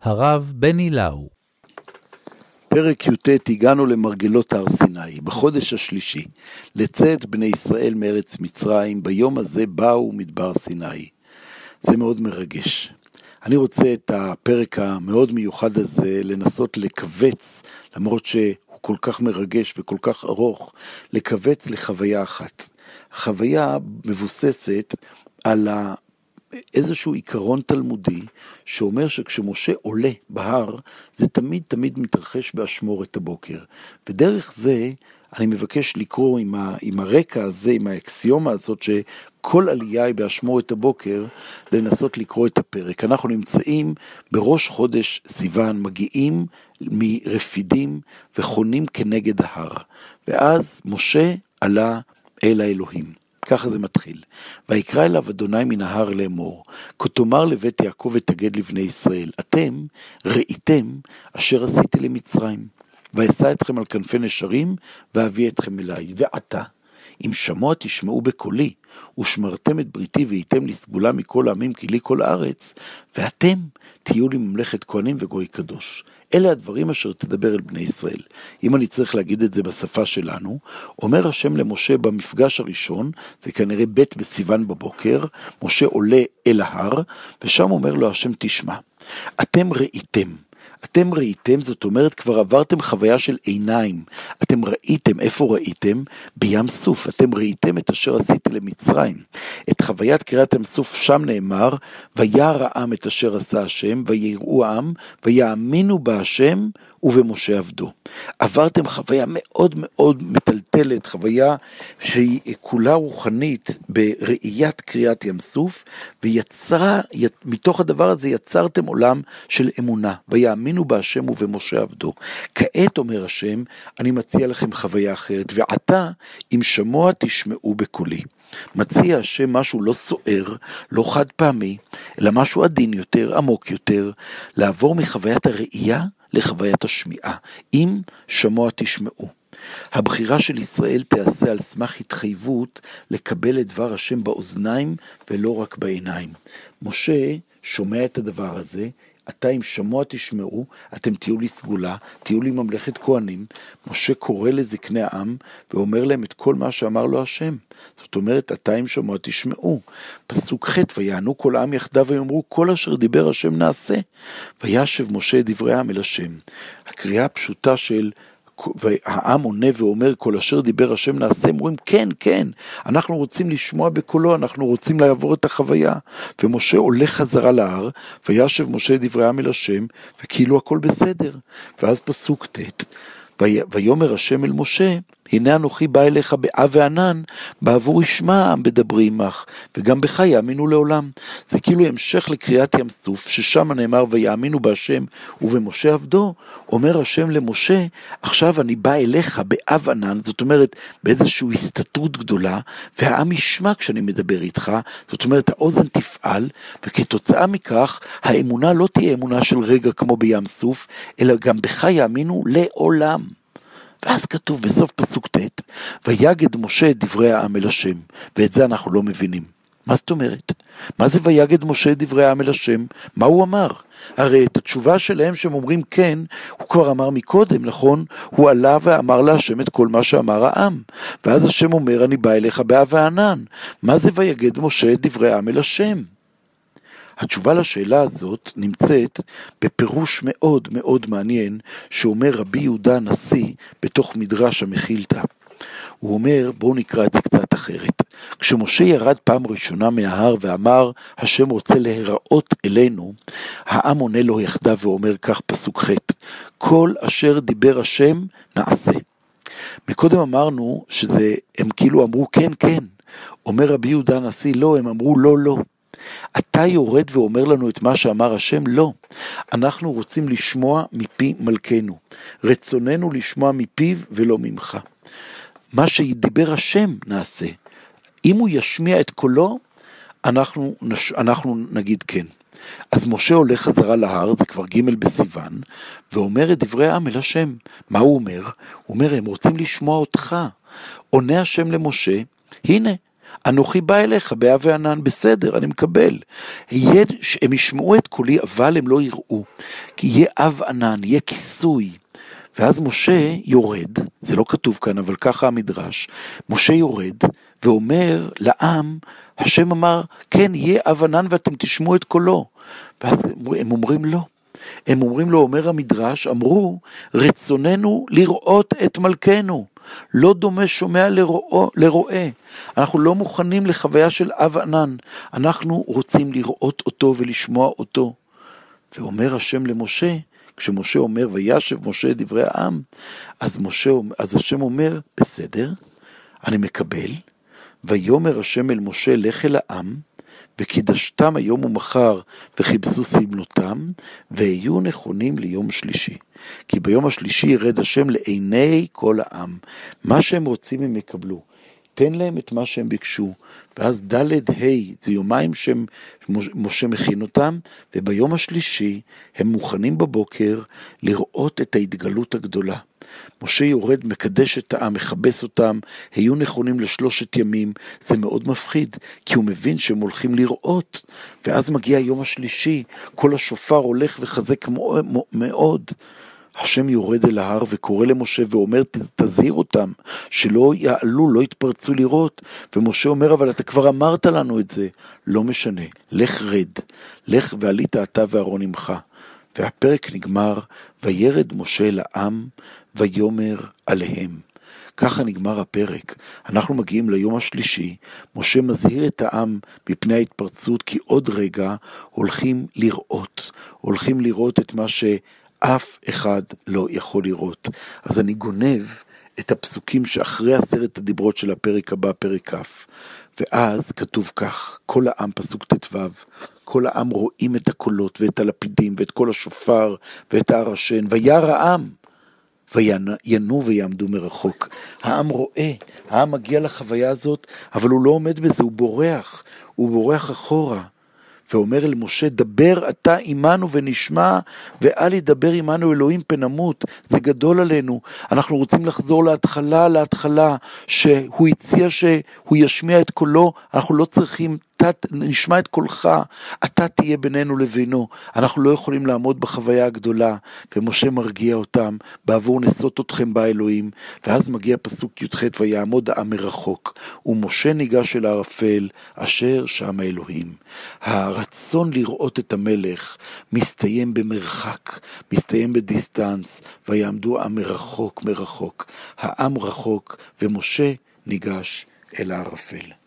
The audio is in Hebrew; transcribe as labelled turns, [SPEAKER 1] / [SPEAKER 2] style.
[SPEAKER 1] הרב בני לאו.
[SPEAKER 2] פרק י"ט. הגענו למרגלות הר סיני, בחודש השלישי, לצאת בני ישראל מארץ מצרים. ביום הזה באו מדבר סיני. זה מאוד מרגש. אני רוצה את הפרק המאוד מיוחד הזה לנסות לקבץ, למרות שהוא כל כך מרגש וכל כך ארוך, לקבץ לחוויה אחת. החוויה מבוססת על איזשהו עיקרון תלמודי שאומר שכשמשה עולה בהר, זה תמיד מתרחש באשמורת הבוקר. ודרך זה אני מבקש לקרוא עם הרקע הזה, עם האקסיומה הזאת, שכל עלייה היא באשמורת הבוקר, לנסות לקרוא את הפרק. אנחנו נמצאים בראש חודש סיוון, מגיעים מרפידים וחונים כנגד ההר. ואז משה עלה אל האלוהים. ככה זה מתחיל. ויקרא אליו אדוני מן ההר לאמור, כה תאמר לבית יעקב ותגד לבני ישראל, אתם ראיתם אשר עשיתי למצרים, ואשא אתכם על כנפי נשרים, ואביא אתכם אליי. ועתה, אם שמוע תשמעו בקולי, ושמרתם את בריתי, והייתם לי סגולה מכל העמים, כי לי כל הארץ, ואתם תהיו לי ממלכת כהנים וגוי קדוש. אלה הדברים אשר תדבר אל בני ישראל. אם אני צריך להגיד את זה בשפה שלנו, אומר השם למשה במפגש הראשון, זה כנראה ב' בסיוון בבוקר, משה עולה אל ההר, ושם אומר לו השם תשמע, אתם ראיתם, אתם ראיתם, זאת אומרת, כבר עברתם חוויה של עיניים. אתם ראיתם, איפה ראיתם? בים סוף. אתם ראיתם את אשר עשיתי למצרים. את חוויית קריאת ים סוף שם נאמר, וירא העם את אשר עשה השם, ויראו העם, ויאמינו בהשם ובמשה עבדו. עברתם חוויה מאוד מאוד מטלטלת, חוויה שהיא כולה רוחנית בראיית קריאת ים סוף, מתוך הדבר הזה יצרתם עולם של אמונה, ויאמינו בהשם ובמשה עבדו. כעת אומר השם, אני מציע לכם חוויה אחרת, ועתה אם שמוע תשמעו בקולי. מציע השם משהו לא סוער, לא חד פעמי, אלא משהו עדין יותר, עמוק יותר, לעבור מחוויית הראייה לחוויית השמיעה. אם שמוע תשמעו. הבחירה של ישראל תעשה על סמך התחייבות לקבל את דבר השם באוזניים ולא רק בעיניים. משה שומע את הדבר הזה, אתה אם שמוע תשמעו, אתם תהיו לי סגולה, תהיו לי ממלכת כהנים. משה קורא לזקני העם ואומר להם את כל מה שאמר לו השם. זאת אומרת, אתה אם שמוע תשמעו. פסוק ח' ויענו כל העם יחדיו ויאמרו, כל אשר דיבר השם נעשה. וישב משה את דברי העם אל השם. הקריאה הפשוטה של והעם עונה ואומר, כל אשר דיבר השם נעשה, הם אומרים, כן, כן, אנחנו רוצים לשמוע בקולו, אנחנו רוצים לעבור את החוויה. ומשה עולה חזרה להר, וישב משה דברי העם אל השם, וכאילו הכל בסדר. ואז פסוק ט' ויאמר השם אל משה, הנה אנוכי בא אליך באב וענן, בעבור ישמע העם בדברי עמך, וגם בך יאמינו לעולם. זה כאילו המשך לקריאת ים סוף, ששם נאמר ויאמינו בהשם ובמשה עבדו. אומר השם למשה, עכשיו אני בא אליך באב ענן, זאת אומרת באיזושהי הסתתרות גדולה, והעם ישמע כשאני מדבר איתך, זאת אומרת האוזן תפעל, וכתוצאה מכך האמונה לא תהיה אמונה של רגע כמו בים סוף, אלא גם בך יאמינו לעולם. ואז כתוב בסוף פסוק ט' ויגד משה את דברי העם אל השם, ואת זה אנחנו לא מבינים. מה זאת אומרת? מה זה ויגד משה את דברי העם אל השם? מה הוא אמר? הרי את התשובה שלהם שהם אומרים כן, הוא כבר אמר מקודם, נכון? הוא עלה ואמר להשם את כל מה שאמר העם. ואז השם אומר, אני בא אליך באב וענן. מה זה ויגד משה את דברי העם אל השם? התשובה לשאלה הזאת נמצאת בפירוש מאוד מאוד מעניין שאומר רבי יהודה הנשיא בתוך מדרש המחילתא. הוא אומר, בואו נקרא את זה קצת אחרת. כשמשה ירד פעם ראשונה מההר ואמר, השם רוצה להיראות אלינו, העם עונה לו יחדיו ואומר כך פסוק ח' כל אשר דיבר השם נעשה. מקודם אמרנו הם כאילו אמרו כן כן. אומר רבי יהודה הנשיא, לא, הם אמרו לא לא. אתה יורד ואומר לנו את מה שאמר השם? לא. אנחנו רוצים לשמוע מפי מלכנו. רצוננו לשמוע מפיו ולא ממך. מה שידבר השם נעשה. אם הוא ישמיע את קולו, אנחנו נגיד כן. אז משה הולך חזרה להר, זה כבר ג' בסיוון, ואומר את דברי העם אל השם. מה הוא אומר? הוא אומר, הם רוצים לשמוע אותך. עונה השם למשה, הנה, אנוכי בא אליך באב וענן, בסדר, אני מקבל. הם ישמעו את קולי, אבל הם לא יראו. כי יהיה אב ענן, יהיה כיסוי. ואז משה יורד, זה לא כתוב כאן, אבל ככה המדרש, משה יורד ואומר לעם, השם אמר, כן, יהיה אב ענן ואתם תשמעו את קולו. ואז הם אומרים לא. הם אומרים לו, אומר המדרש, אמרו, רצוננו לראות את מלכנו. לא דומה שומע לרואה. אנחנו לא מוכנים לחוויה של אב ענן. אנחנו רוצים לראות אותו ולשמוע אותו. ואומר השם למשה, כשמשה אומר, וישב משה דברי העם, אז השם אומר, בסדר, אני מקבל, ויאמר השם אל משה, לך אל העם, וקידשתם היום ומחר, וחיפשו סמלותם, והיו נכונים ליום שלישי. כי ביום השלישי ירד השם לעיני כל העם. מה שהם רוצים הם יקבלו. תן להם את מה שהם ביקשו. ואז ד' ה' זה יומיים שמשה מכין אותם, וביום השלישי הם מוכנים בבוקר לראות את ההתגלות הגדולה. משה יורד, מקדש את העם, מחבס אותם, היו נכונים ל3 ימים, זה מאוד מפחיד, כי הוא מבין שהם הולכים לראות, ואז מגיע היום השלישי, כל השופר הולך וחזק מאוד, השם יורד אל ההר וקורא למשה ואומר, תזהיר אותם, שלא יעלו, לא יתפרצו לראות, ומשה אומר, אבל אתה כבר אמרת לנו את זה, לא משנה, לך רד, לך ועלית אתה ואהרון עמך, והפרק נגמר, וירד משה לעם, ויאמר עליהם. ככה נגמר הפרק. אנחנו מגיעים ליום השלישי, משה מזהיר את העם מפני ההתפרצות, כי עוד רגע הולכים לראות את מה שאף אחד לא יכול לראות. אז אני גונב את הפסוקים שאחרי 10 הדיברות של הפרק הבא, פרק כ'. ואז כתוב כך, כל העם, פסוק ט"ו, כל העם רואים את הקולות ואת הלפידים ואת כל השופר ואת הרשן, וירא העם, וינו ויעמדו מרחוק. העם רואה, העם מגיע לחוויה הזאת, אבל הוא לא עומד בזה, הוא בורח אחורה. ואומר אל משה, דבר אתה עמנו ונשמע, ואל ידבר עמנו אלוהים פן נמות. זה גדול עלינו. אנחנו רוצים לחזור להתחלה, שהוא הציע שהוא ישמיע את קולו, אנחנו לא צריכים, נשמע את קולך, אתה תהיה בינינו לבינו. אנחנו לא יכולים לעמוד בחוויה הגדולה, ומשה מרגיע אותם, בעבור נסות אתכם באלוהים, ואז מגיע פסוק י"ח, ויעמוד העם מרחוק, ומשה ניגש אל הערפל, אשר שם האלוהים. הרצון לראות את המלך מסתיים במרחק, מסתיים בדיסטנס, ויעמדו העם מרחוק. העם רחוק, ומשה ניגש אל הערפל.